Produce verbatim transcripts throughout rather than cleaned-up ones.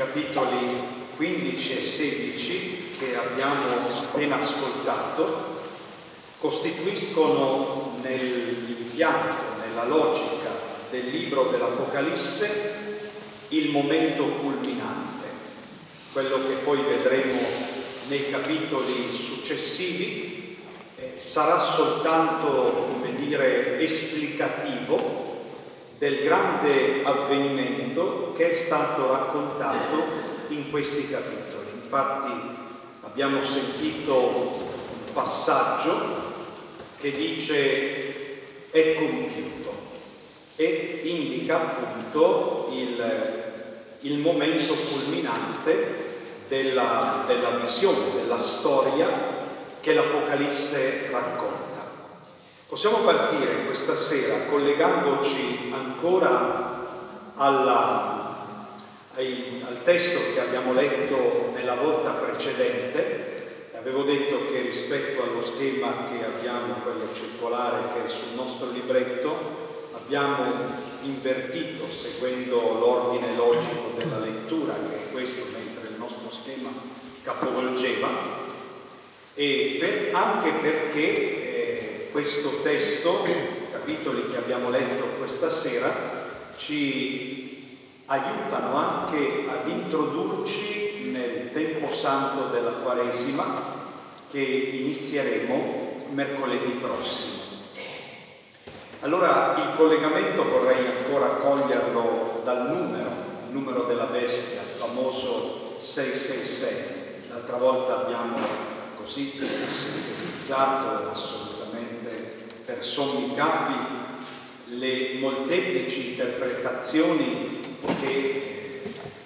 capitoli quindici e sedici che abbiamo appena ascoltato costituiscono nell'impianto, nella logica del libro dell'Apocalisse il momento culminante, quello che poi vedremo nei capitoli successivi eh, sarà soltanto, come dire, esplicativo del grande avvenimento che è stato raccontato in questi capitoli. Infatti abbiamo sentito un passaggio che dice è compiuto e indica appunto il, il momento culminante della, della visione, della storia che l'Apocalisse racconta. Possiamo partire questa sera collegandoci ancora alla, ai, al testo che abbiamo letto nella volta precedente. Avevo detto che rispetto allo schema che abbiamo, quello circolare che è sul nostro libretto, abbiamo invertito seguendo l'ordine logico della lettura, che è questo, mentre il nostro schema capovolgeva, e per, anche perché questo testo, i capitoli che abbiamo letto questa sera, ci aiutano anche ad introdurci nel tempo santo della Quaresima che inizieremo mercoledì prossimo. Allora il collegamento vorrei ancora coglierlo dal numero, il numero della bestia, il famoso sei sei sei. L'altra volta abbiamo così sintetizzato assolutamente per sommi capi le molteplici interpretazioni che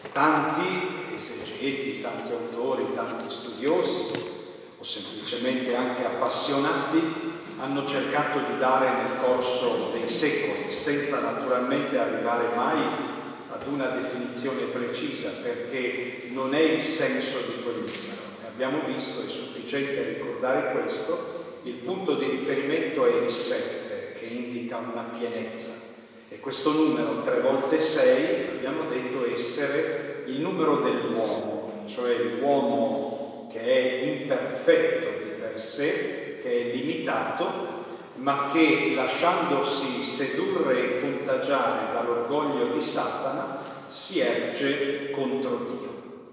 tanti esegeti, tanti autori, tanti studiosi o semplicemente anche appassionati hanno cercato di dare nel corso dei secoli, senza naturalmente arrivare mai ad una definizione precisa, perché non è il senso di quel numero. Abbiamo visto, è sufficiente ricordare questo. Il punto di riferimento è il sette, che indica una pienezza, e questo numero tre volte sei abbiamo detto essere il numero dell'uomo, cioè l'uomo che è imperfetto di per sé, che è limitato, ma che lasciandosi sedurre e contagiare dall'orgoglio di Satana si erge contro Dio.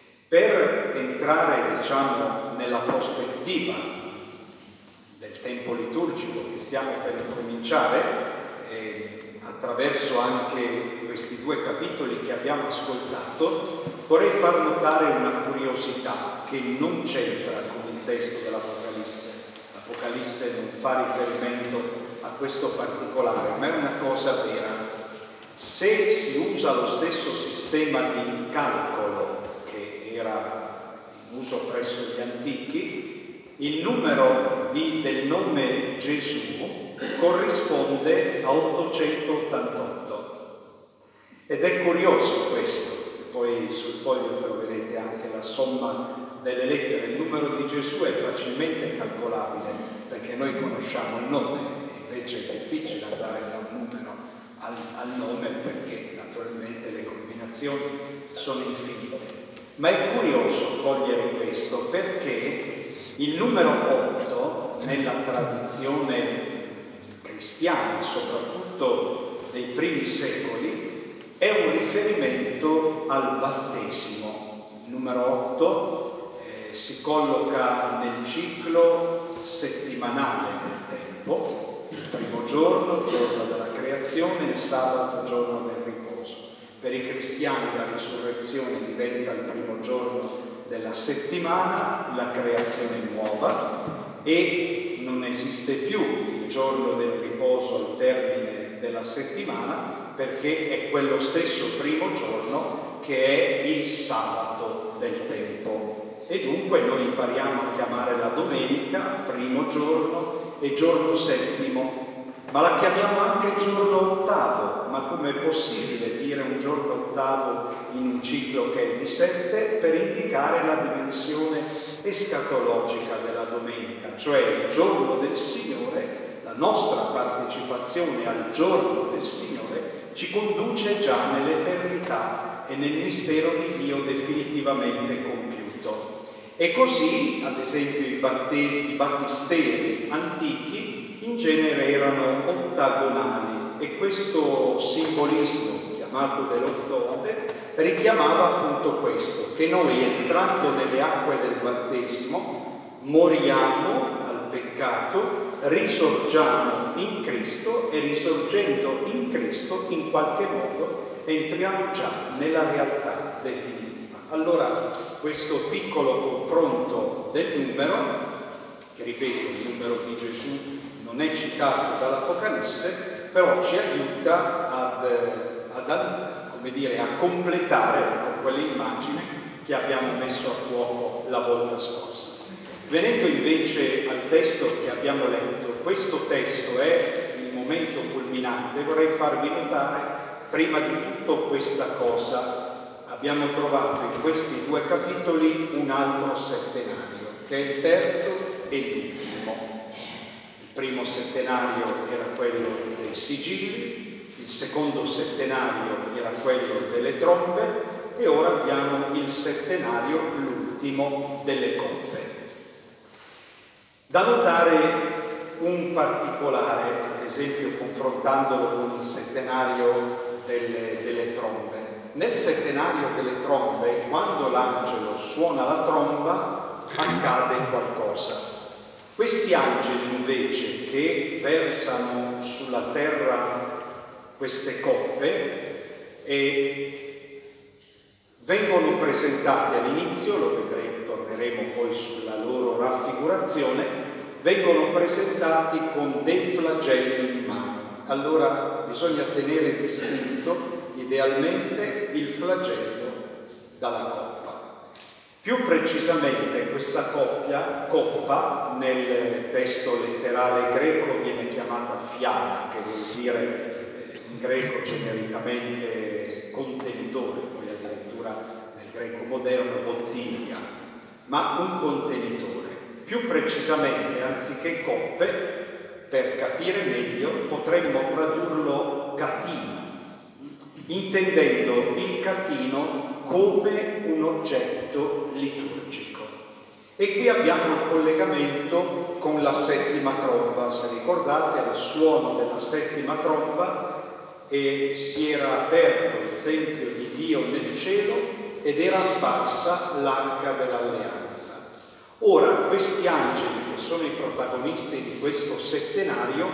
Per entrare, diciamo, nella prospettiva del tempo liturgico che stiamo per incominciare, eh, attraverso anche questi due capitoli che abbiamo ascoltato, vorrei far notare una curiosità che non c'entra con il testo dell'Apocalisse. L'Apocalisse non fa riferimento a questo particolare, ma è una cosa vera. Se si usa lo stesso sistema di calcolo che era in uso presso gli antichi, il numero di, del nome Gesù corrisponde a ottocentottantotto. Ed è curioso questo, poi sul foglio troverete anche la somma delle lettere. Il numero di Gesù è facilmente calcolabile perché noi conosciamo il nome, invece è difficile andare da un numero al, al nome perché naturalmente le combinazioni sono infinite. Ma è curioso cogliere questo perché il numero otto, nella tradizione cristiana, soprattutto dei primi secoli, è un riferimento al battesimo. Il numero otto eh, si colloca nel ciclo settimanale del tempo, il primo giorno, giorno della creazione, il sabato, giorno del riposo. Per i cristiani la risurrezione diventa il primo giorno della settimana, la creazione nuova, e non esiste più il giorno del riposo al termine della settimana, perché è quello stesso primo giorno che è il sabato del tempo. E dunque noi impariamo a chiamare la domenica primo giorno e giorno settimo, ma la chiamiamo anche giorno ottavo. Ma com'è possibile dire un giorno ottavo in un ciclo che è di sette? Per indicare la dimensione escatologica della domenica, cioè il giorno del Signore. La nostra partecipazione al giorno del Signore ci conduce già nell'eternità e nel mistero di Dio definitivamente compiuto. E così, ad esempio, i, battesi, i battisteri antichi in genere erano ottagonali e questo simbolismo chiamato dell'ottode richiamava appunto questo, che noi entrando nelle acque del battesimo moriamo al peccato, risorgiamo in Cristo e risorgendo in Cristo in qualche modo entriamo già nella realtà definitiva. Allora questo piccolo confronto del numero, che ripeto il numero di Gesù non è citato dall'Apocalisse, però ci aiuta ad, ad come dire, a completare ecco, quell'immagine che abbiamo messo a fuoco la volta scorsa. Venendo invece al testo che abbiamo letto, questo testo è il momento culminante, vorrei farvi notare prima di tutto questa cosa. Abbiamo trovato in questi due capitoli un altro settenario, che è il terzo e l'ultimo. Il primo settenario era quello dei sigilli, il secondo settenario era quello delle trombe e ora abbiamo il settenario, l'ultimo, delle coppe. Da notare un particolare, ad esempio confrontandolo con il settenario delle, delle trombe. Nel settenario delle trombe, quando l'angelo suona la tromba, accade qualcosa. Questi angeli invece che versano sulla terra queste coppe e vengono presentati all'inizio, lo vedremo, torneremo poi sulla loro raffigurazione, vengono presentati con dei flagelli in mano. Allora bisogna tenere distinto idealmente il flagello dalla coppa. Più precisamente questa coppia, coppa nel testo letterale greco viene chiamata fiala, che vuol dire in greco genericamente contenitore, poi addirittura nel greco moderno bottiglia, ma un contenitore. Più precisamente, anziché coppe, per capire meglio, potremmo tradurlo catino, intendendo il catino come un oggetto liturgico. E qui abbiamo il collegamento con la settima tromba. Se ricordate, al suono della settima tromba e si era aperto il Tempio di Dio nel cielo ed era apparsa l'arca dell'alleanza. Ora questi angeli, che sono i protagonisti di questo settenario,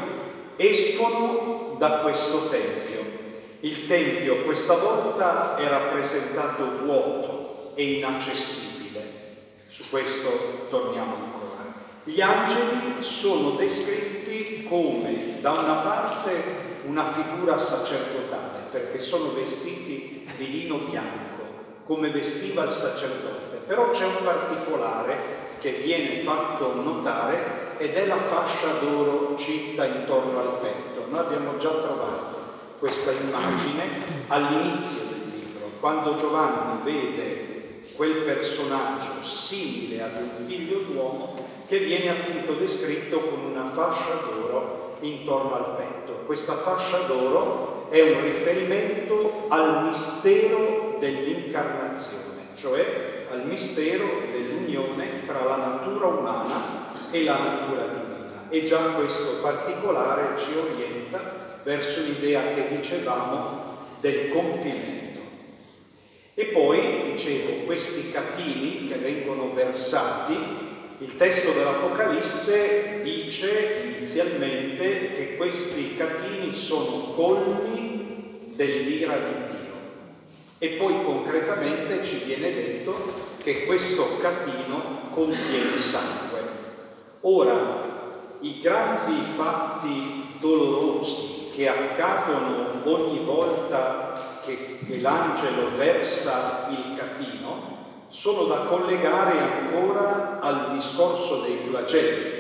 escono da questo tempio. Il tempio questa volta è rappresentato vuoto e inaccessibile. Su questo torniamo ancora. Gli angeli sono descritti come, da una parte, una figura sacerdotale, perché sono vestiti di lino bianco, come vestiva il sacerdote. Però c'è un particolare che viene fatto notare ed è la fascia d'oro cinta intorno al petto. Noi abbiamo già trovato questa immagine all'inizio del libro, quando Giovanni vede quel personaggio simile ad un figlio d'uomo che viene appunto descritto con una fascia d'oro intorno al petto. Questa fascia d'oro è un riferimento al mistero dell'incarnazione, cioè al mistero dell'unione tra la natura umana e la natura divina. E già questo particolare ci orienta verso l'idea che dicevamo del compimento. E poi, dicevo, questi catini che vengono versati, il testo dell'Apocalisse dice inizialmente che questi catini sono colmi dell'ira di Dio. E poi concretamente ci viene detto che questo catino contiene sangue. Ora, i grandi fatti dolorosi che accadono ogni volta che, che l'angelo versa il catino sono da collegare ancora al discorso dei flagelli.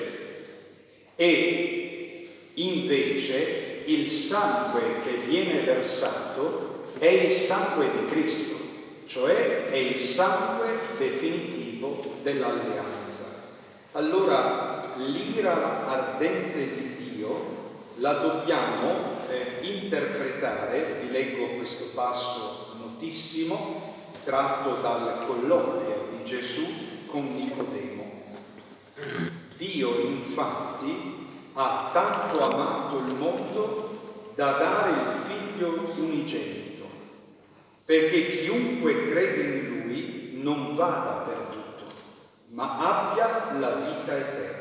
E invece il sangue che viene versato è il sangue di Cristo, cioè è il sangue definitivo dell'alleanza. Allora l'ira ardente di Dio la dobbiamo eh, interpretare, vi leggo questo passo notissimo tratto dal colloquio di Gesù con Nicodemo. Dio infatti ha tanto amato il mondo da dare il figlio unigenito, perché chiunque crede in lui non vada perduto, ma abbia la vita eterna.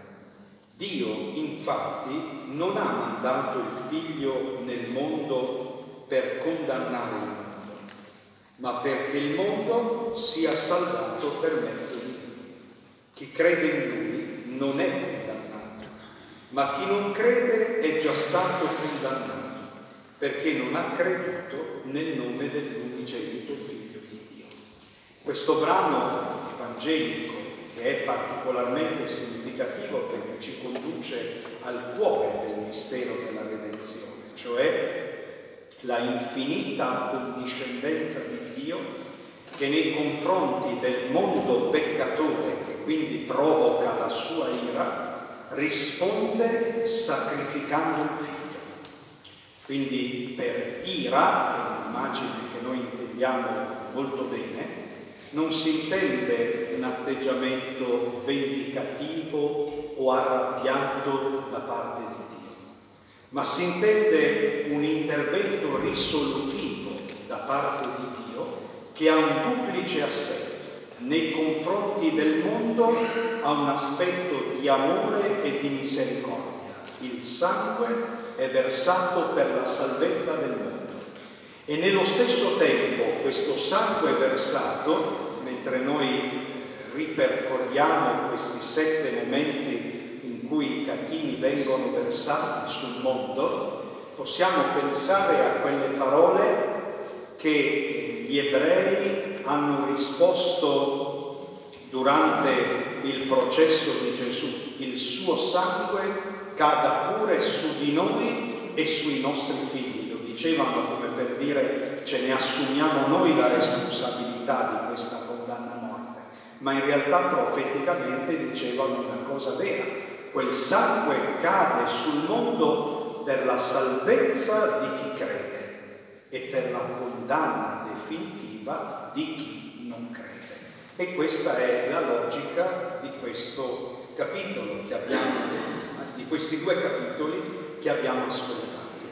Dio infatti non ha mandato il figlio nel mondo per condannare il mondo, ma perché il mondo sia salvato per mezzo di Dio. Chi crede in lui non è condannato, ma chi non crede è già stato condannato, perché non ha creduto nel nome dell'unigenito figlio di Dio. Questo brano evangelico, che è particolarmente significativo perché ci conduce al cuore del mistero della redenzione, cioè la infinita condiscendenza di Dio che nei confronti del mondo peccatore, che quindi provoca la sua ira, risponde sacrificando il figlio. Quindi per ira, che è un'immagine che noi intendiamo molto bene, non si intende un atteggiamento vendicativo o arrabbiato da parte di Dio, ma si intende un intervento risolutivo da parte di Dio che ha un duplice aspetto. Nei confronti del mondo ha un aspetto di amore e di misericordia. Il sangue è versato per la salvezza del mondo. E nello stesso tempo questo sangue versato, mentre noi ripercorriamo questi sette momenti in cui i catini vengono versati sul mondo, possiamo pensare a quelle parole che gli ebrei hanno risposto durante il processo di Gesù: il suo sangue cada pure su di noi e sui nostri figli. Dicevano come per dire: ce ne assumiamo noi la responsabilità di questa condanna a morte, ma in realtà profeticamente dicevano una cosa vera: quel sangue cade sul mondo per la salvezza di chi crede e per la condanna definitiva di chi non crede. E questa è la logica di questo capitolo che abbiamo, di questi due capitoli che abbiamo ascoltato.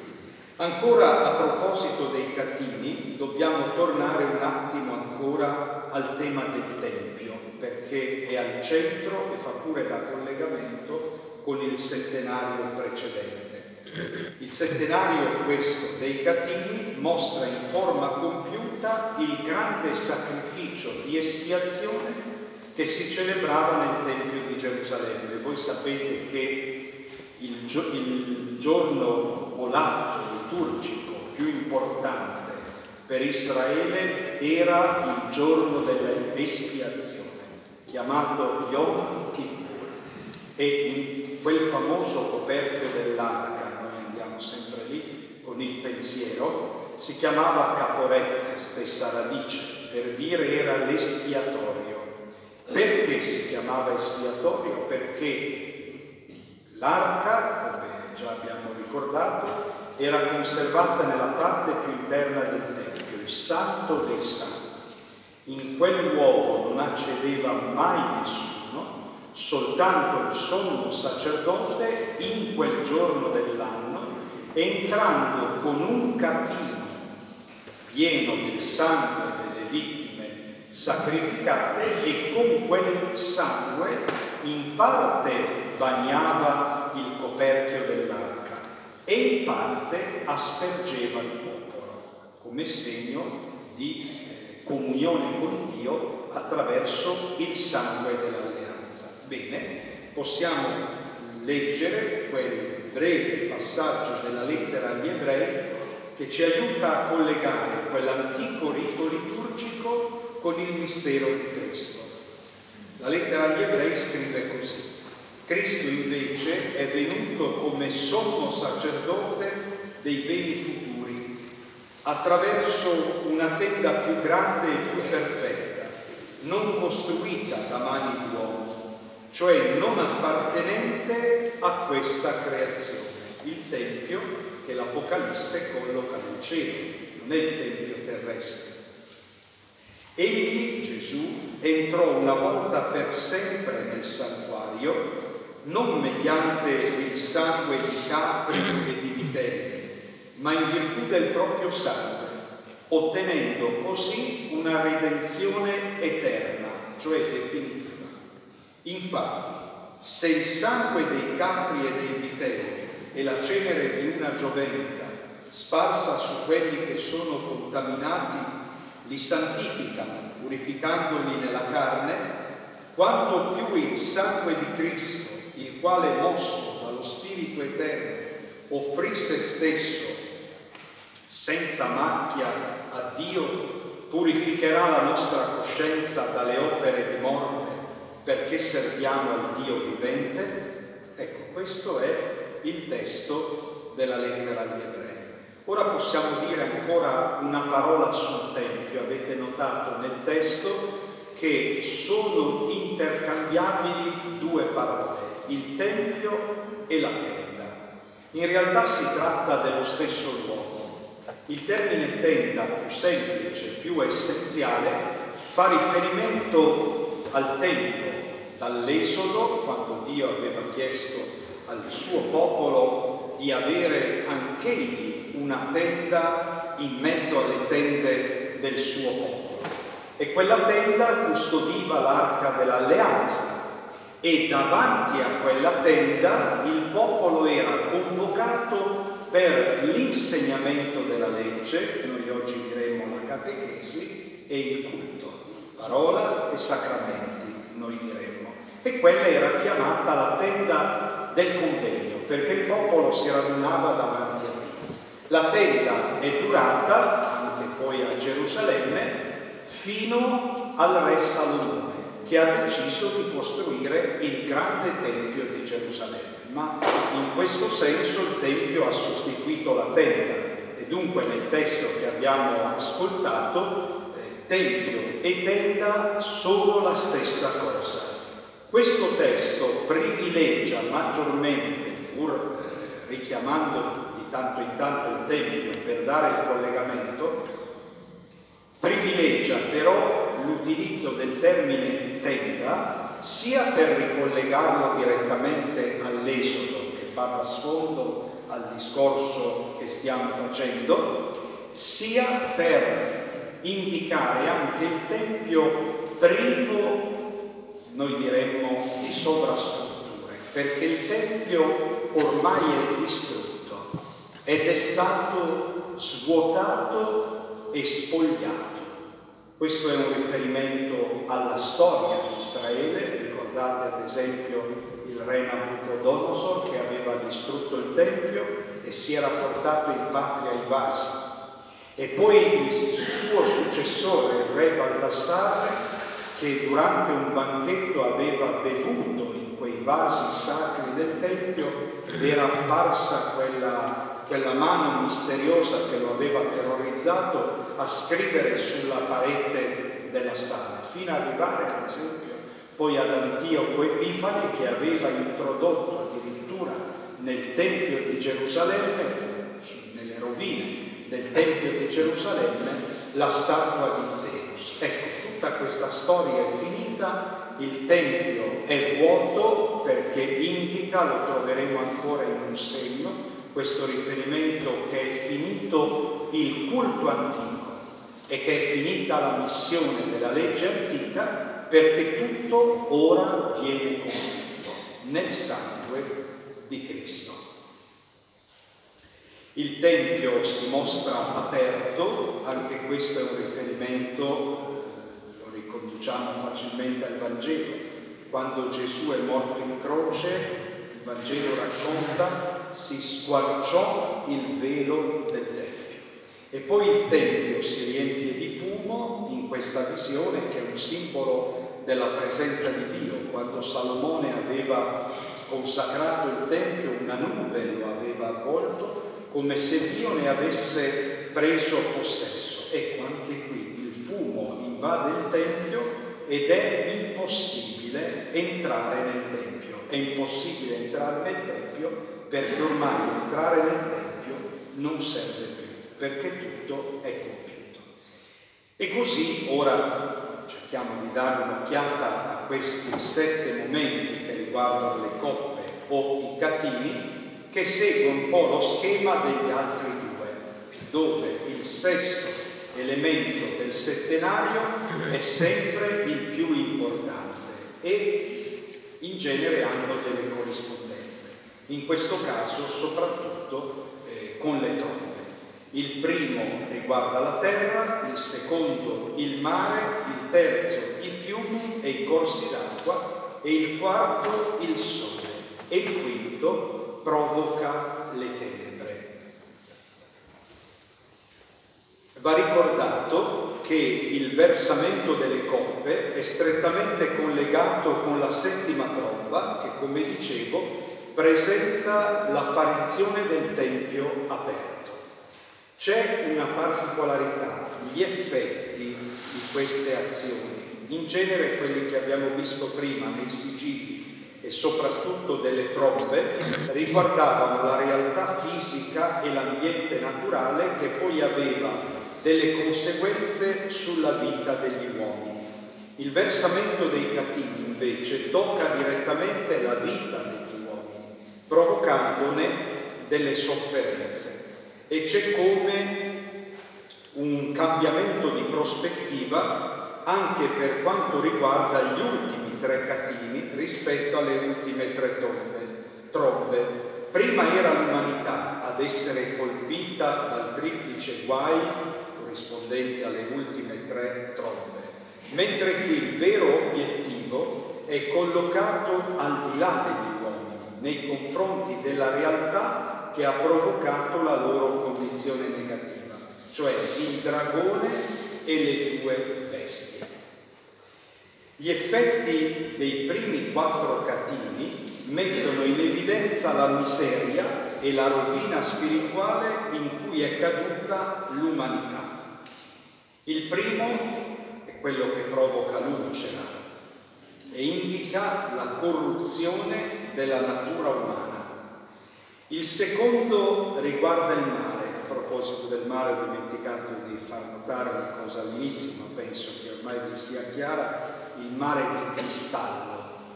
Ancora a proposito dei catini, dobbiamo tornare un attimo ancora al tema del Tempio, perché è al centro e fa pure da collegamento con il settenario precedente. Il settenario questo dei catini mostra in forma compiuta il grande sacrificio di espiazione che si celebrava nel Tempio di Gerusalemme. Voi sapete che il, gio- il giorno o l'atto liturgico più importante per Israele era il giorno dell'espiazione, chiamato Yom Kippur, e in quel famoso coperchio dell'arca, noi andiamo sempre lì con il pensiero, si chiamava Caporette, stessa radice, per dire era l'espiatorio. Perché si chiamava espiatorio? Perché l'arca, come già abbiamo ricordato, era conservata nella parte più interna del Tempio, il Santo dei Santi. In quel luogo non accedeva mai nessuno, soltanto il sommo sacerdote in quel giorno dell'anno, entrando con un catino pieno del sangue delle vittime sacrificate, e con quel sangue in parte bagnava il coperchio dell'arca e in parte aspergeva il popolo come segno di eh, comunione con Dio attraverso il sangue dell'alleanza. Bene, possiamo leggere quel breve passaggio della lettera agli ebrei che ci aiuta a collegare quell'antico rito liturgico con il mistero di Cristo. La lettera agli ebrei scrive così: Cristo invece è venuto come sommo sacerdote dei beni futuri, attraverso una tenda più grande e più perfetta, non costruita da mani d'uomo, cioè non appartenente a questa creazione. Il Tempio che l'Apocalisse colloca nel cielo, non è il tempio terrestre. Egli, Gesù, entrò una volta per sempre nel santuario, non mediante il sangue di capri e di vitelli, ma in virtù del proprio sangue, ottenendo così una redenzione eterna, cioè definitiva. Infatti, se il sangue dei capri e dei vitelli e la cenere di una giovenca sparsa su quelli che sono contaminati li santificano, purificandoli nella carne, quanto più il sangue di Cristo, il quale, mosso dallo Spirito Eterno, offrì se stesso senza macchia a Dio, purificherà la nostra coscienza dalle opere di morte, perché serviamo al Dio vivente. Ecco, questo è il testo della lettera agli Ebrei. Ora possiamo dire ancora una parola sul Tempio. Avete notato nel testo che sono intercambiabili due parole, il Tempio e la tenda. In realtà si tratta dello stesso luogo. Il termine tenda, più semplice, più essenziale, fa riferimento al Tempio, dall'Esodo, quando Dio aveva chiesto al suo popolo di avere anch'egli una tenda in mezzo alle tende del suo popolo. E quella tenda custodiva l'arca dell'alleanza e davanti a quella tenda il popolo era convocato per l'insegnamento della legge, noi oggi diremmo la catechesi, e il culto, parola e sacramenti, noi diremmo. E quella era chiamata la tenda del convegno, perché il popolo si radunava davanti a Dio. La tenda è durata, anche poi a Gerusalemme, fino al re Salomone, che ha deciso di costruire il grande Tempio di Gerusalemme. Ma in questo senso il Tempio ha sostituito la tenda, e dunque nel testo che abbiamo ascoltato, eh, Tempio e tenda sono la stessa cosa. Questo testo privilegia maggiormente, pur richiamando di tanto in tanto il Tempio per dare il collegamento, privilegia però l'utilizzo del termine tenda sia per ricollegarlo direttamente all'Esodo, che fa da sfondo al discorso che stiamo facendo, sia per indicare anche il Tempio privo, noi diremmo, di sovrastrutture, perché il Tempio ormai è distrutto ed è stato svuotato e spogliato. Questo è un riferimento alla storia di Israele. Ricordate ad esempio il re Nabucodonosor che aveva distrutto il Tempio e si era portato in patria i vasi. E poi il suo successore, il re Baldassarre, che durante un banchetto aveva bevuto in quei vasi sacri del Tempio, ed era apparsa quella, quella mano misteriosa che lo aveva terrorizzato a scrivere sulla parete della sala, fino ad arrivare ad esempio poi ad Antioco Epifane, che aveva introdotto addirittura nel Tempio di Gerusalemme, nelle rovine del Tempio di Gerusalemme, la statua di Zeus. Ecco, tutta questa storia è finita, il Tempio è vuoto perché indica, lo troveremo ancora in un segno, questo riferimento che è finito il culto antico e che è finita la missione della legge antica, perché tutto ora viene compiuto nel sangue di Cristo. Il Tempio si mostra aperto, anche questo è un riferimento, lo riconduciamo facilmente al Vangelo. Quando Gesù è morto in croce, il Vangelo racconta, si squarciò il velo del Tempio. E poi il Tempio si riempie di fumo in questa visione che è un simbolo della presenza di Dio. Quando Salomone aveva consacrato il Tempio, una nube lo aveva avvolto come se Dio ne avesse preso possesso. Ecco, anche qui il fumo invade il Tempio ed è impossibile entrare nel Tempio. È impossibile entrare nel Tempio perché ormai entrare nel Tempio non serve più, perché tutto è compiuto. E così ora cerchiamo di dare un'occhiata a questi sette momenti che riguardano le coppe o i catini, che segue un po' lo schema degli altri due, dove il sesto elemento del settenario è sempre il più importante e in genere hanno delle corrispondenze, in questo caso soprattutto eh, con le trombe. Il primo riguarda la terra, il secondo il mare, il terzo i fiumi e i corsi d'acqua e il quarto il sole e il quinto provoca le tenebre. Va ricordato che il versamento delle coppe è strettamente collegato con la settima tromba che, come dicevo, presenta l'apparizione del Tempio aperto. C'è una particolarità: gli effetti di queste azioni, in genere quelli che abbiamo visto prima nei sigilli e soprattutto delle trombe, riguardavano la realtà fisica e l'ambiente naturale che poi aveva delle conseguenze sulla vita degli uomini. Il versamento dei catini invece tocca direttamente la vita degli uomini, provocandone delle sofferenze. E c'è come un cambiamento di prospettiva anche per quanto riguarda gli ultimi tre catini rispetto alle ultime tre trombe. trombe. Prima era l'umanità ad essere colpita dal triplice guai corrispondente alle ultime tre trombe, mentre qui il vero obiettivo è collocato al di là degli uomini, nei confronti della realtà che ha provocato la loro condizione negativa, cioè il dragone e le due bestie. Gli effetti dei primi quattro catini mettono in evidenza la miseria e la rovina spirituale in cui è caduta l'umanità. Il primo è quello che provoca l'ulcera e indica la corruzione della natura umana. Il secondo riguarda il mare. A proposito del mare ho dimenticato di far notare una cosa all'inizio, ma penso che ormai vi sia chiara: il mare di cristallo.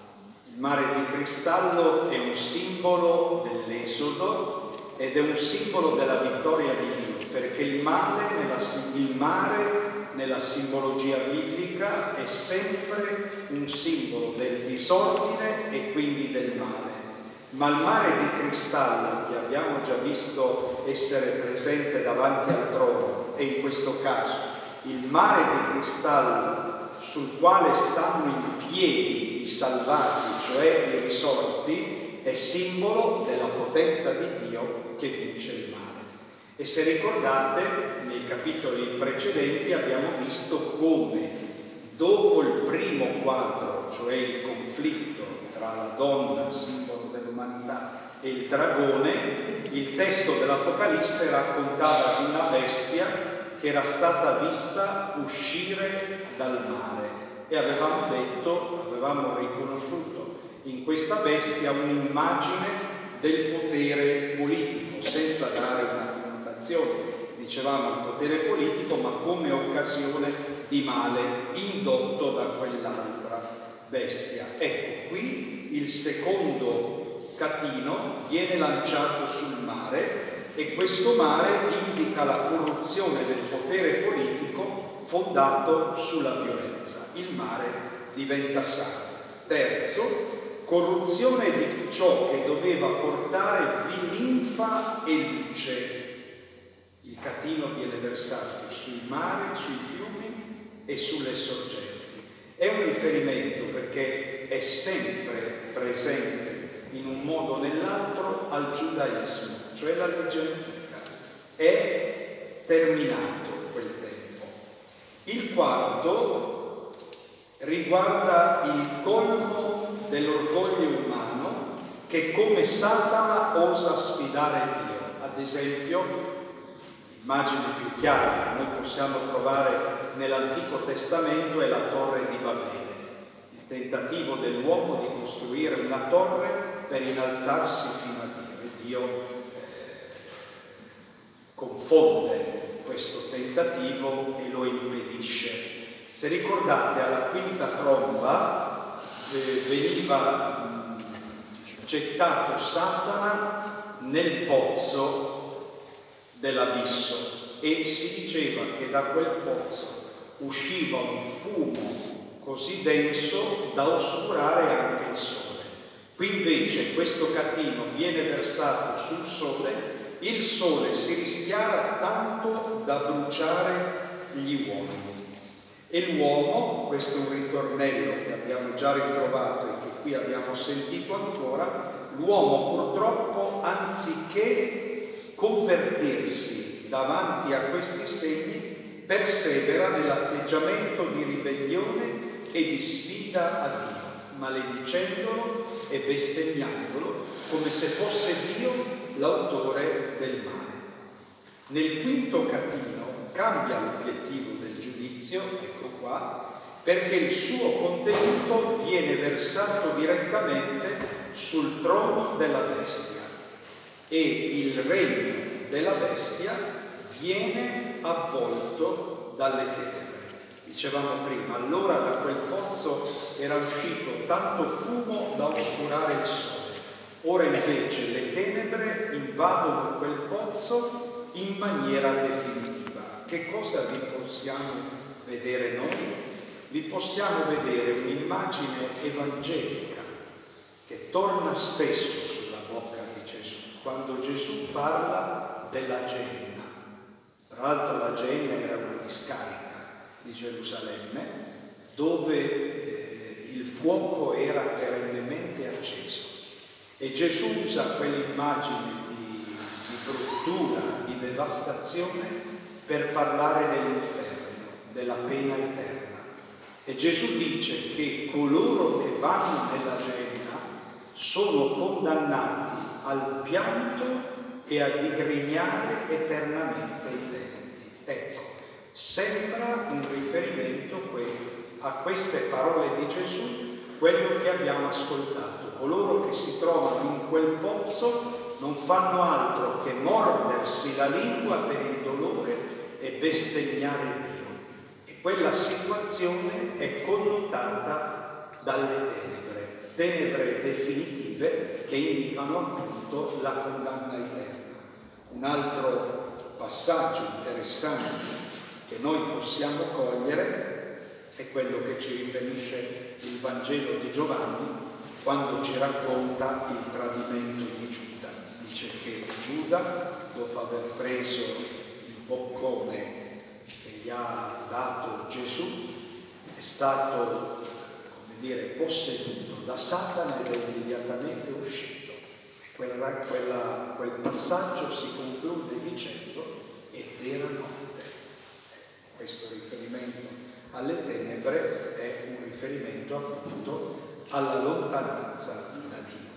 Il mare di cristallo è un simbolo dell'Esodo ed è un simbolo della vittoria di Dio, perché il mare nella, il mare nella simbologia biblica è sempre un simbolo del disordine e quindi del male. Ma il mare di cristallo, che abbiamo già visto essere presente davanti al trono, e in questo caso il mare di cristallo sul quale stanno in piedi i salvati, cioè i risorti, è simbolo della potenza di Dio che vince il mare. E se ricordate, nei capitoli precedenti abbiamo visto come dopo il primo quadro, cioè il conflitto tra la donna, simbolo dell'umanità, e il dragone, il testo dell'Apocalisse raccontava di una bestia che era stata vista uscire dal mare e avevamo detto, avevamo riconosciuto in questa bestia un'immagine del potere politico, senza dare una connotazione, dicevamo il potere politico, ma come occasione di male indotto da quell'altra bestia. Ecco, qui il secondo catino viene lanciato sul mare e questo mare indica la corruzione del potere politico fondato sulla violenza. Il mare diventa sacro. Terzo, corruzione di ciò che doveva portare linfa e luce. Il catino viene versato sui mari, sui fiumi e sulle sorgenti. È un riferimento perché è sempre presente in un modo o nell'altro al giudaismo, cioè la legge antica. È terminato quel tempo. Il quarto riguarda il colmo dell'orgoglio umano che come Satana osa sfidare Dio. Ad esempio, l'immagine più chiara che noi possiamo trovare nell'Antico Testamento è la Torre di Babele, il tentativo dell'uomo di costruire una torre per innalzarsi fino a Dio. E Dio confonde questo tentativo e lo impedisce. Se ricordate, alla quinta tromba eh, veniva mh, gettato Satana nel pozzo dell'abisso e si diceva che da quel pozzo usciva un fumo così denso da oscurare anche il sole. Qui invece questo catino viene versato sul sole, il sole si rischiara tanto da bruciare gli uomini. E l'uomo, questo è un ritornello che abbiamo già ritrovato e che qui abbiamo sentito ancora, l'uomo purtroppo anziché convertirsi davanti a questi segni, persevera nell'atteggiamento di ribellione e di sfida a Dio, maledicendolo e bestemmiandolo come se fosse Dio l'autore del male. Nel quinto catino cambia l'obiettivo del giudizio, ecco qua, perché il suo contenuto viene versato direttamente sul trono della bestia e il regno della bestia viene avvolto dalle tenebre. Dicevamo prima, allora da quel pozzo era uscito tanto fumo da oscurare il sole. Ora invece le tenebre invadono quel pozzo in maniera definitiva. Che cosa vi possiamo vedere noi? Vi possiamo vedere un'immagine evangelica che torna spesso sulla bocca di Gesù, quando Gesù parla della Genna. Tra l'altro la Genna era una discarica di Gerusalemme dove eh, il fuoco era perennemente acceso e Gesù usa quell'immagine di, di bruttura, di devastazione per parlare dell'inferno, della pena eterna. E Gesù dice che coloro che vanno nella Genna sono condannati al pianto e a digrignare eternamente i denti. Ecco, sembra un riferimento a queste parole di Gesù, quello che abbiamo ascoltato. Coloro che si trovano in quel pozzo non fanno altro che mordersi la lingua per il dolore e bestemmiare Dio. E quella situazione è connotata dalle tenebre, tenebre definitive che indicano appunto la condanna eterna. Un altro passaggio interessante che noi possiamo cogliere è quello che ci riferisce il Vangelo di Giovanni quando ci racconta il tradimento di Giuda. Dice che Giuda, dopo aver preso il boccone che gli ha dato Gesù, è stato, come dire, posseduto da Satana ed è immediatamente uscito. E quella, quella, quel passaggio si conclude dicendo: ed era notte. Questo riferimento alle tenebre è un riferimento appunto alla lontananza da Dio.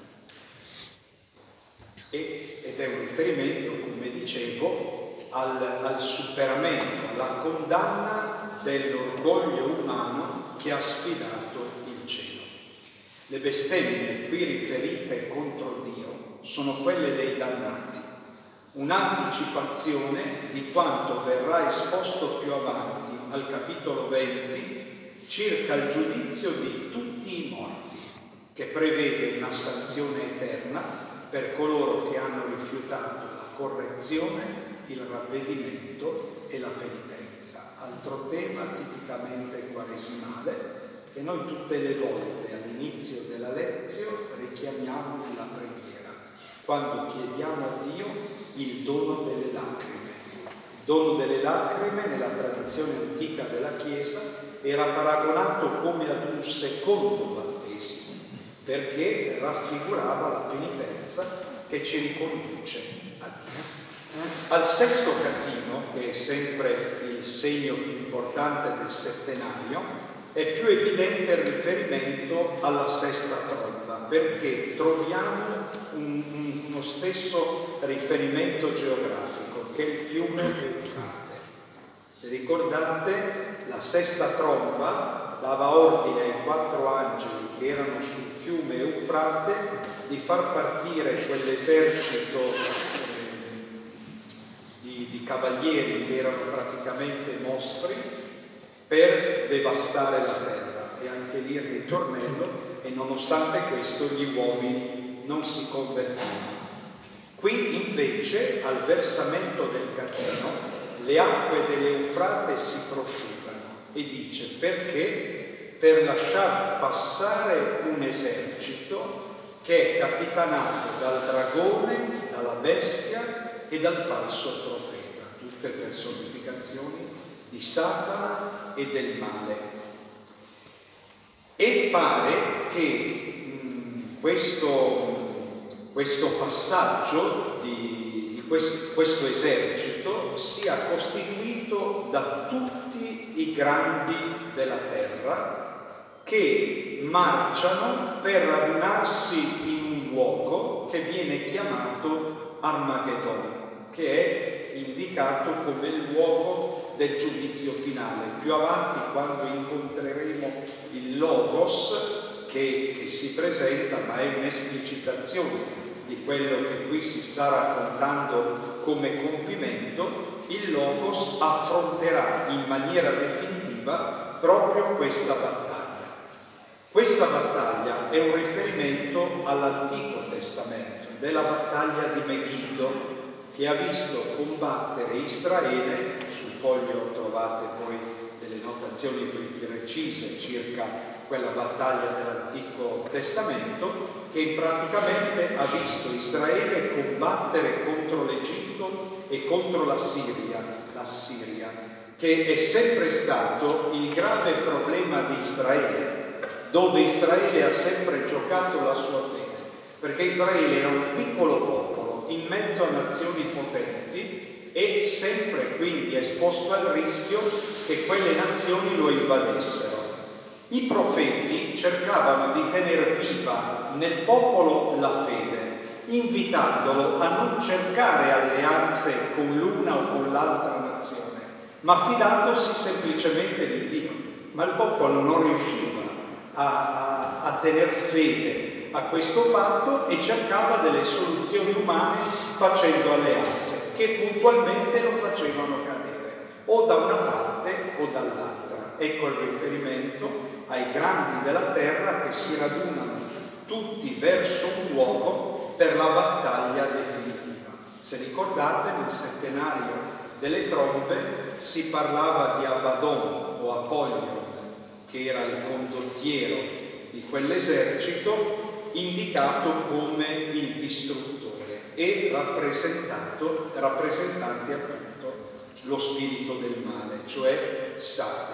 E, ed è un riferimento, come dicevo, al, al superamento, alla condanna dell'orgoglio umano che ha sfidato il cielo. Le bestemmie qui riferite contro Dio sono quelle dei dannati, un'anticipazione di quanto verrà esposto più avanti al capitolo venti circa il giudizio di tutti i morti, che prevede una sanzione eterna per coloro che hanno rifiutato la correzione, il ravvedimento e la penitenza. Altro tema tipicamente quaresimale che noi tutte le volte all'inizio della lezione richiamiamo nella preghiera, quando chiediamo a Dio il dono delle lacrime. Il dono delle lacrime nella tradizione antica della Chiesa era paragonato come ad un secondo battesimo, perché raffigurava la penitenza che ci riconduce a Dio. Al sesto catino, che è sempre il segno più importante del settenario, è più evidente il riferimento alla sesta tromba, perché troviamo un, un, uno stesso riferimento geografico, che è il fiume Eufrate. Se ricordate, la sesta tromba dava ordine ai quattro angeli che erano sul fiume Eufrate di far partire quell'esercito eh, di, di cavalieri che erano praticamente mostri per devastare la terra, e anche lì il ritornello, e nonostante questo gli uomini non si convertivano. Qui invece al versamento del Catino le acque dell'Eufrate si prosciugano, e dice perché? Per lasciar passare un esercito che è capitanato dal dragone, dalla bestia e dal falso profeta, tutte personificazioni di Satana e del male. E pare che mh, questo, questo passaggio di, di questo, questo esercito sia costituito da tutti i grandi della terra che marciano per radunarsi in un luogo che viene chiamato Armageddon, che è indicato come il luogo del giudizio finale. Più avanti, quando incontreremo il Logos che, che si presenta, ma è un'esplicitazione di quello che qui si sta raccontando come compimento, il Logos affronterà in maniera definitiva proprio questa battaglia. Questa battaglia è un riferimento all'Antico Testamento, della battaglia di Megiddo, che ha visto combattere Israele. Sul foglio trovate poi delle notazioni più precise circa quella battaglia dell'Antico Testamento, che praticamente ha visto Israele combattere contro l'Egitto e contro la Siria, la Siria, che è sempre stato il grave problema di Israele, dove Israele ha sempre giocato la sua fede, perché Israele era un piccolo popolo in mezzo a nazioni potenti e sempre quindi esposto al rischio che quelle nazioni lo invadessero. I profeti cercavano di tenere viva nel popolo la fede, invitandolo a non cercare alleanze con l'una o con l'altra nazione, ma fidandosi semplicemente di Dio. Ma il popolo non riusciva a, a tener fede a questo patto e cercava delle soluzioni umane facendo alleanze che puntualmente lo facevano cadere o da una parte o dall'altra. Ecco il riferimento ai grandi della terra che si radunano tutti verso un luogo per la battaglia definitiva. Se ricordate, nel settenario delle trombe si parlava di Abaddon o Apollyon, che era il condottiero di quell'esercito, indicato come il distruttore e rappresentato, rappresentante appunto lo spirito del male, cioè Satana.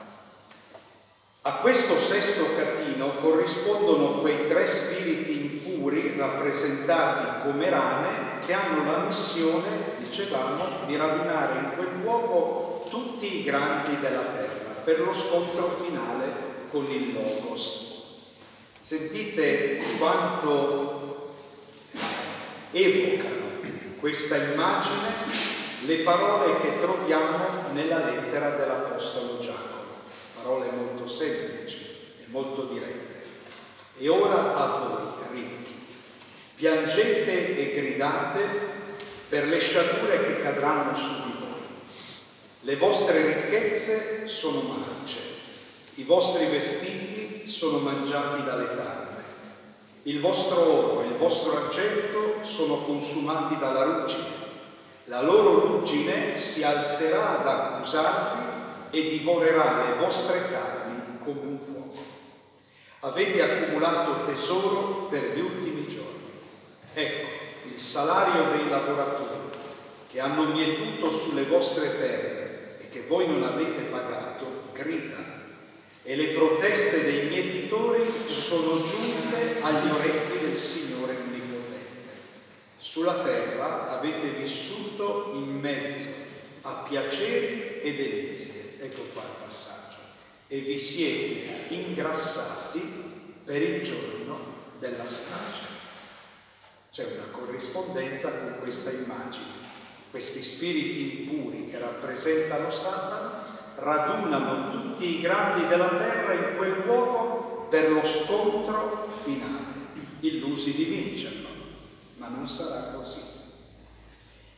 A questo sesto catino corrispondono quei tre spiriti impuri rappresentati come rane che hanno la missione, dicevamo, di radunare in quel luogo tutti i grandi della terra per lo scontro finale con il Logos. Sentite quanto evocano questa immagine le parole che troviamo nella lettera dell'Apostolo Giacomo, parole molto semplici e molto dirette. E ora a voi, ricchi, piangete e gridate per le sciagure che cadranno su di voi. Le vostre ricchezze sono marce, i vostri vestiti sono mangiati dalle tarme, il vostro oro e il vostro argento sono consumati dalla ruggine. La loro ruggine si alzerà ad accusarvi e divorerà le vostre carni come un fuoco. Avete accumulato tesoro per gli ultimi giorni. Ecco, il salario dei lavoratori che hanno mietuto sulle vostre terre e che voi non avete pagato, grida. E le proteste dei mietitori sono giunte agli orecchi del Signore Onnipotente. Sulla terra avete vissuto in mezzo a piaceri e delizie. Ecco qua il passaggio. E vi siete ingrassati per il giorno della strage. C'è una corrispondenza con questa immagine. Questi spiriti impuri che rappresentano Satana radunano tutti i grandi della terra in quel luogo per lo scontro finale, illusi di vincerlo, ma non sarà così.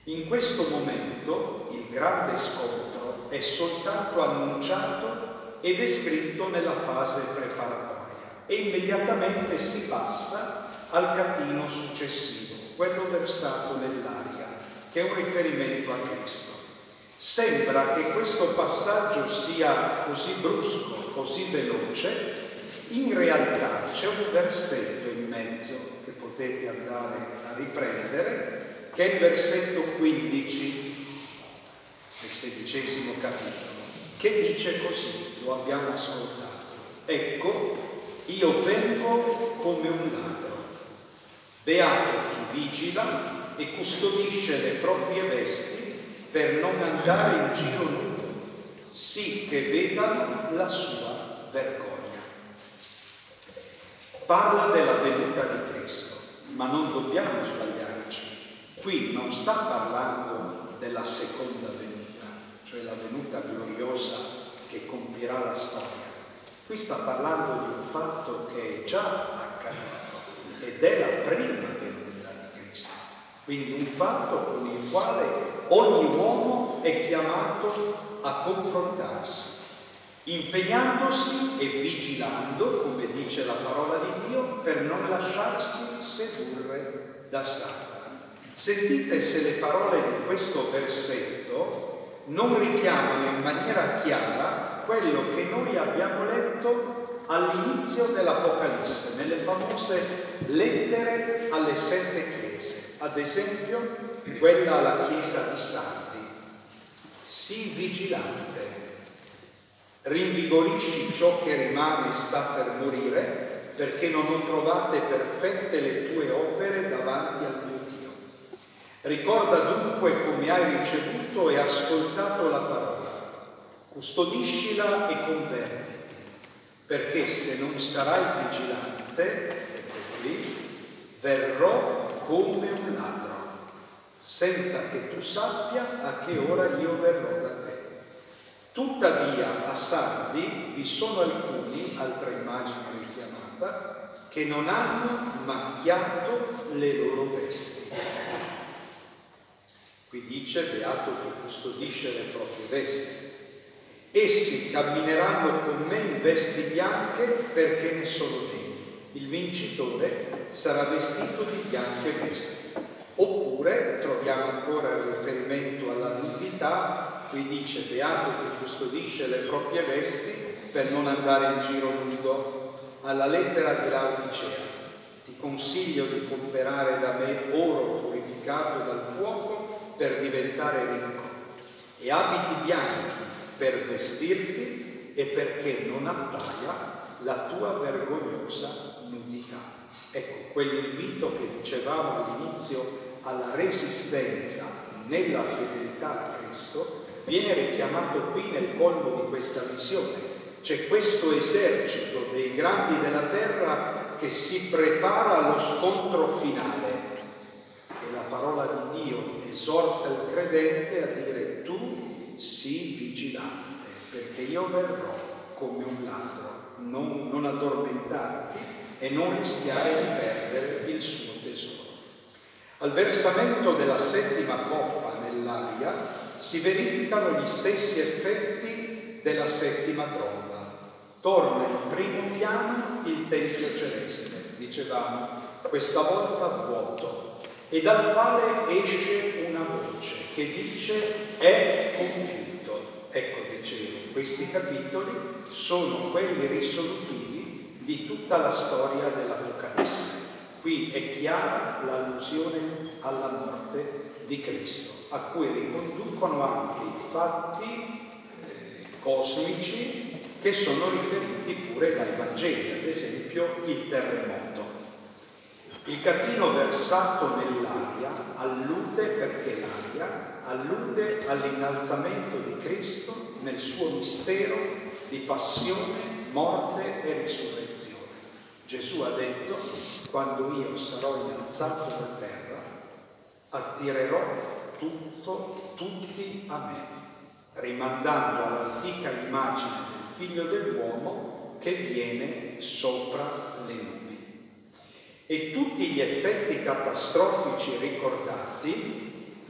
In questo momento il grande scontro è soltanto annunciato ed è scritto nella fase preparatoria e immediatamente si passa al catino successivo, quello versato nell'aria, che è un riferimento a Cristo. Sembra che questo passaggio sia così brusco, così veloce, in realtà c'è un versetto in mezzo che potete andare a riprendere, che è il versetto quindici del sedicesimo capitolo, che dice così, lo abbiamo ascoltato: ecco, io vengo come un ladro, beato chi vigila e custodisce le proprie vesti per non andare in giro nudo, sì che vedano la sua vergogna. Parla della venuta di Cristo, ma non dobbiamo sbagliarci. Qui non sta parlando della seconda venuta, cioè la venuta gloriosa che compirà la storia. Qui sta parlando di un fatto che è già accaduto ed è la prima venuta di Cristo. Quindi un fatto con il quale ogni uomo è chiamato a confrontarsi, impegnandosi e vigilando, come dice la parola di Dio, per non lasciarsi sedurre da Satana. Sentite se le parole di questo versetto non richiamano in maniera chiara quello che noi abbiamo letto all'inizio dell'Apocalisse, nelle famose lettere alle sette chiese, ad esempio quella alla chiesa di Sardi. Sii vigilante, rinvigorisci ciò che rimane e sta per morire, perché non ho trovate perfette le tue opere davanti al mio Dio. Ricorda dunque come hai ricevuto e ascoltato la parola, custodiscila e convertiti, perché se non sarai vigilante, ecco qui, verrò come un ladro, senza che tu sappia a che ora io verrò da te. Tuttavia a Sardi vi sono alcuni, altra immagine richiamata, che non hanno macchiato le loro vesti. Qui dice: beato chi custodisce le proprie vesti. Essi cammineranno con me in vesti bianche perché ne sono degni. Il vincitore sarà vestito di bianche vesti. Oppure troviamo ancora il riferimento alla nudità. Qui dice: beato chi custodisce le proprie vesti per non andare in giro nudo. Alla lettera di Laodicea: ti consiglio di comperare da me oro purificato dal fuoco per diventare ricco, e abiti bianchi per vestirti e perché non appaia la tua vergognosa nudità. Ecco, quell'invito che dicevamo all'inizio alla resistenza nella fedeltà a Cristo viene richiamato qui nel colmo di questa visione. C'è questo esercito dei grandi della terra che si prepara allo scontro finale e la parola di Dio esorta il credente a dire: tu sii vigilante, perché io verrò come un ladro, non, non addormentarti e non rischiare di perdere il suo tesoro. Al versamento della settima coppa nell'aria si verificano gli stessi effetti della settima tromba. Torna in primo piano il Tempio celeste, dicevamo, questa volta vuoto, e dal quale esce una voce che dice: è compiuto. Ecco, dicevo, questi capitoli sono quelli risolutivi di tutta la storia dell'Apocalisse. Qui è chiara l'allusione alla morte di Cristo, a cui riconducono anche i fatti eh, cosmici che sono riferiti pure dai Vangeli, ad esempio il terremoto. Il catino versato nell'aria allude, perché l'aria allude all'innalzamento di Cristo nel suo mistero di passione, morte e risurrezione. Gesù ha detto: quando io sarò innalzato da terra, attirerò tutto, tutti a me, rimandando all'antica immagine del Figlio dell'uomo che viene sopra le nubi. E tutti gli effetti catastrofici ricordati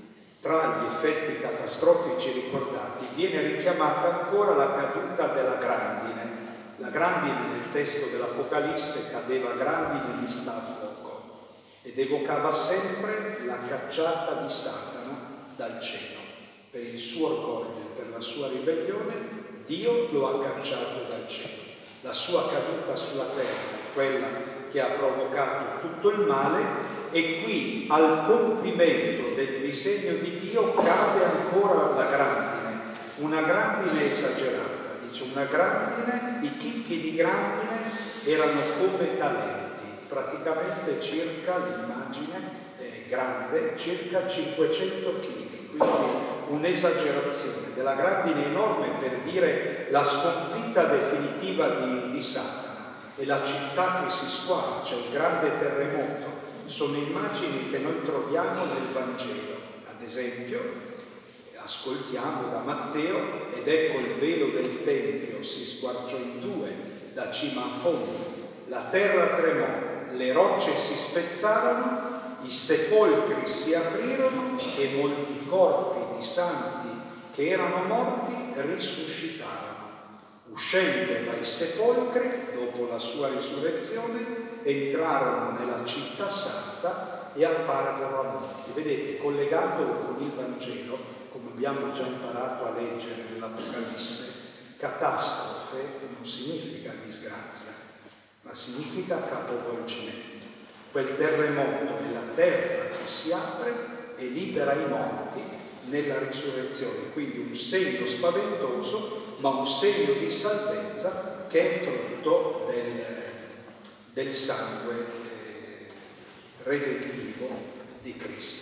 tra gli effetti catastrofici ricordati viene richiamata ancora la caduta della grandine. La grandine nel testo dell'Apocalisse cadeva a grandine vista a fuoco ed evocava sempre la cacciata di Satana dal cielo. Per il suo orgoglio e per la sua ribellione Dio lo ha cacciato dal cielo. La sua caduta sulla terra è quella che ha provocato tutto il male, e qui al compimento del disegno di Dio cade ancora la grandine, una grandine esagerata, dice una grandine, i chicchi di grandine erano come talenti, praticamente circa, l'immagine è grande, circa cinquecento chili, quindi un'esagerazione della grandine enorme per dire la sconfitta definitiva di, di Satana e la città che si squarcia, il grande terremoto. Sono immagini che noi troviamo nel Vangelo. Ad esempio, ascoltiamo da Matteo: ed ecco il velo del Tempio si squarciò in due da cima a fondo, la terra tremò, le rocce si spezzarono, i sepolcri si aprirono e molti corpi di santi che erano morti risuscitarono. Uscendo dai sepolcri, dopo la sua risurrezione, entrarono nella città santa e apparvero a molti. Vedete, collegandolo con il Vangelo, come abbiamo già imparato a leggere nell'Apocalisse, catastrofe non significa disgrazia, ma significa capovolgimento. Quel terremoto è la terra che si apre e libera i morti nella risurrezione, quindi un segno spaventoso, ma un segno di salvezza che è frutto del, del sangue eh, redentivo di Cristo.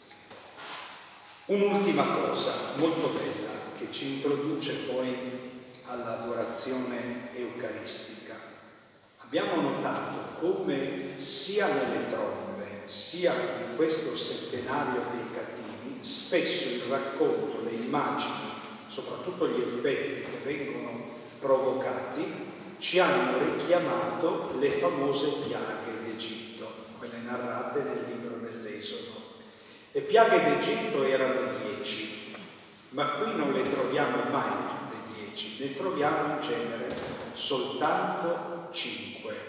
Un'ultima cosa molto bella che ci introduce poi all'adorazione eucaristica. Abbiamo notato come sia nelle trombe sia in questo settenario dei cattivi spesso il racconto, le immagini, soprattutto gli effetti che vengono provocati, ci hanno richiamato le famose piaghe d'Egitto, quelle narrate nel libro dell'Esodo. Le piaghe d'Egitto erano dieci, ma qui non le troviamo mai tutte dieci, ne troviamo in genere soltanto cinque.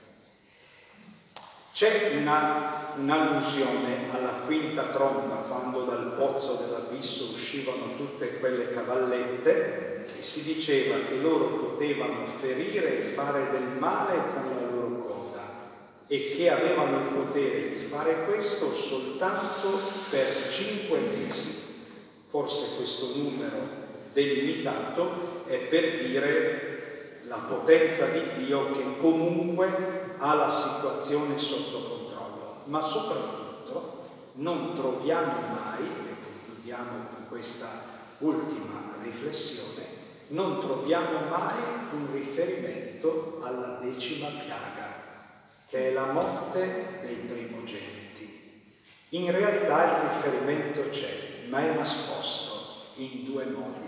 C'è una, un'allusione alla quinta tromba, quando dal pozzo dell'abisso uscivano tutte quelle cavallette, e si diceva che loro potevano ferire e fare del male con la loro coda e che avevano il potere di fare questo soltanto per cinque mesi. Forse questo numero delimitato è per dire la potenza di Dio che comunque ha la situazione sotto controllo, ma soprattutto non troviamo mai, e concludiamo con questa ultima riflessione, non troviamo mai un riferimento alla decima piaga, che è la morte dei primogeniti. In realtà il riferimento c'è, ma è nascosto in due modi.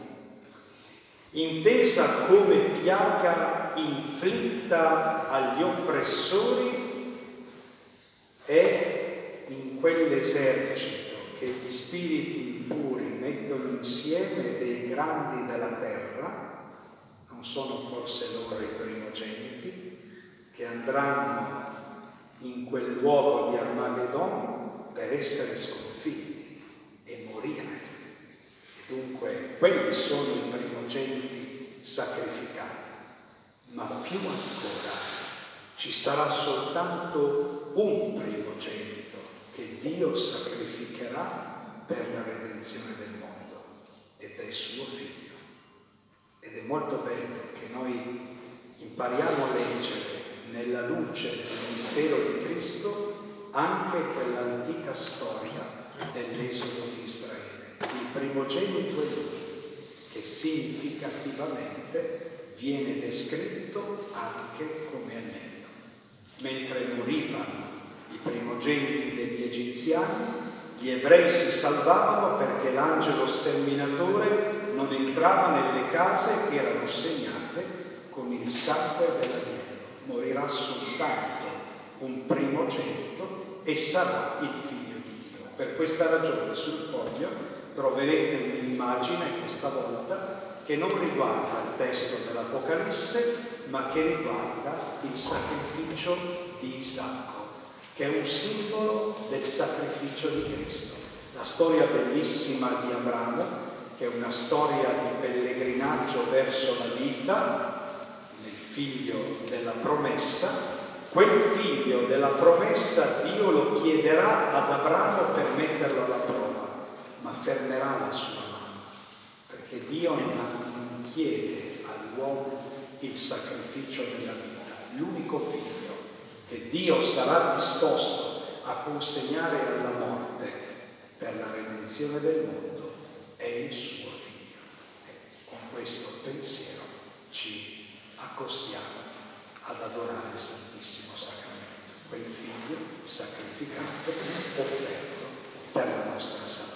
Intesa come piaga inflitta agli oppressori è in quell'esercito che gli spiriti impuri mettono insieme dei grandi della terra, non sono forse loro i primogeniti, che andranno in quel luogo di Armageddon per essere sconfitti e morire. Dunque, quelli sono i primogeniti sacrificati, ma più ancora ci sarà soltanto un primogenito che Dio sacrificherà per la redenzione del mondo, ed è suo figlio. Ed è molto bello che noi impariamo a leggere nella luce del mistero di Cristo anche quell'antica storia dell'esodo di Israele. Il primogenito è lui, che significativamente viene descritto anche come agnello. Mentre morivano i primogeniti degli egiziani, gli ebrei si salvavano perché l'angelo sterminatore non entrava nelle case che erano segnate con il sangue dell'agnello. Morirà soltanto un primogenito e sarà il figlio di Dio. Per questa ragione sul foglio troverete un'immagine questa volta che non riguarda il testo dell'Apocalisse, ma che riguarda il sacrificio di Isacco, che è un simbolo del sacrificio di Cristo. La storia bellissima di Abramo, che è una storia di pellegrinaggio verso la vita, nel figlio della promessa. Quel figlio della promessa Dio lo chiederà ad Abramo per metterlo alla prova, ma fermerà la sua mano, perché Dio non chiede all'uomo il sacrificio della vita. L'unico figlio che Dio sarà disposto a consegnare alla morte per la redenzione del mondo è il suo figlio. E con questo pensiero ci accostiamo ad adorare il Santissimo Sacramento, quel figlio sacrificato, offerto per la nostra salvezza.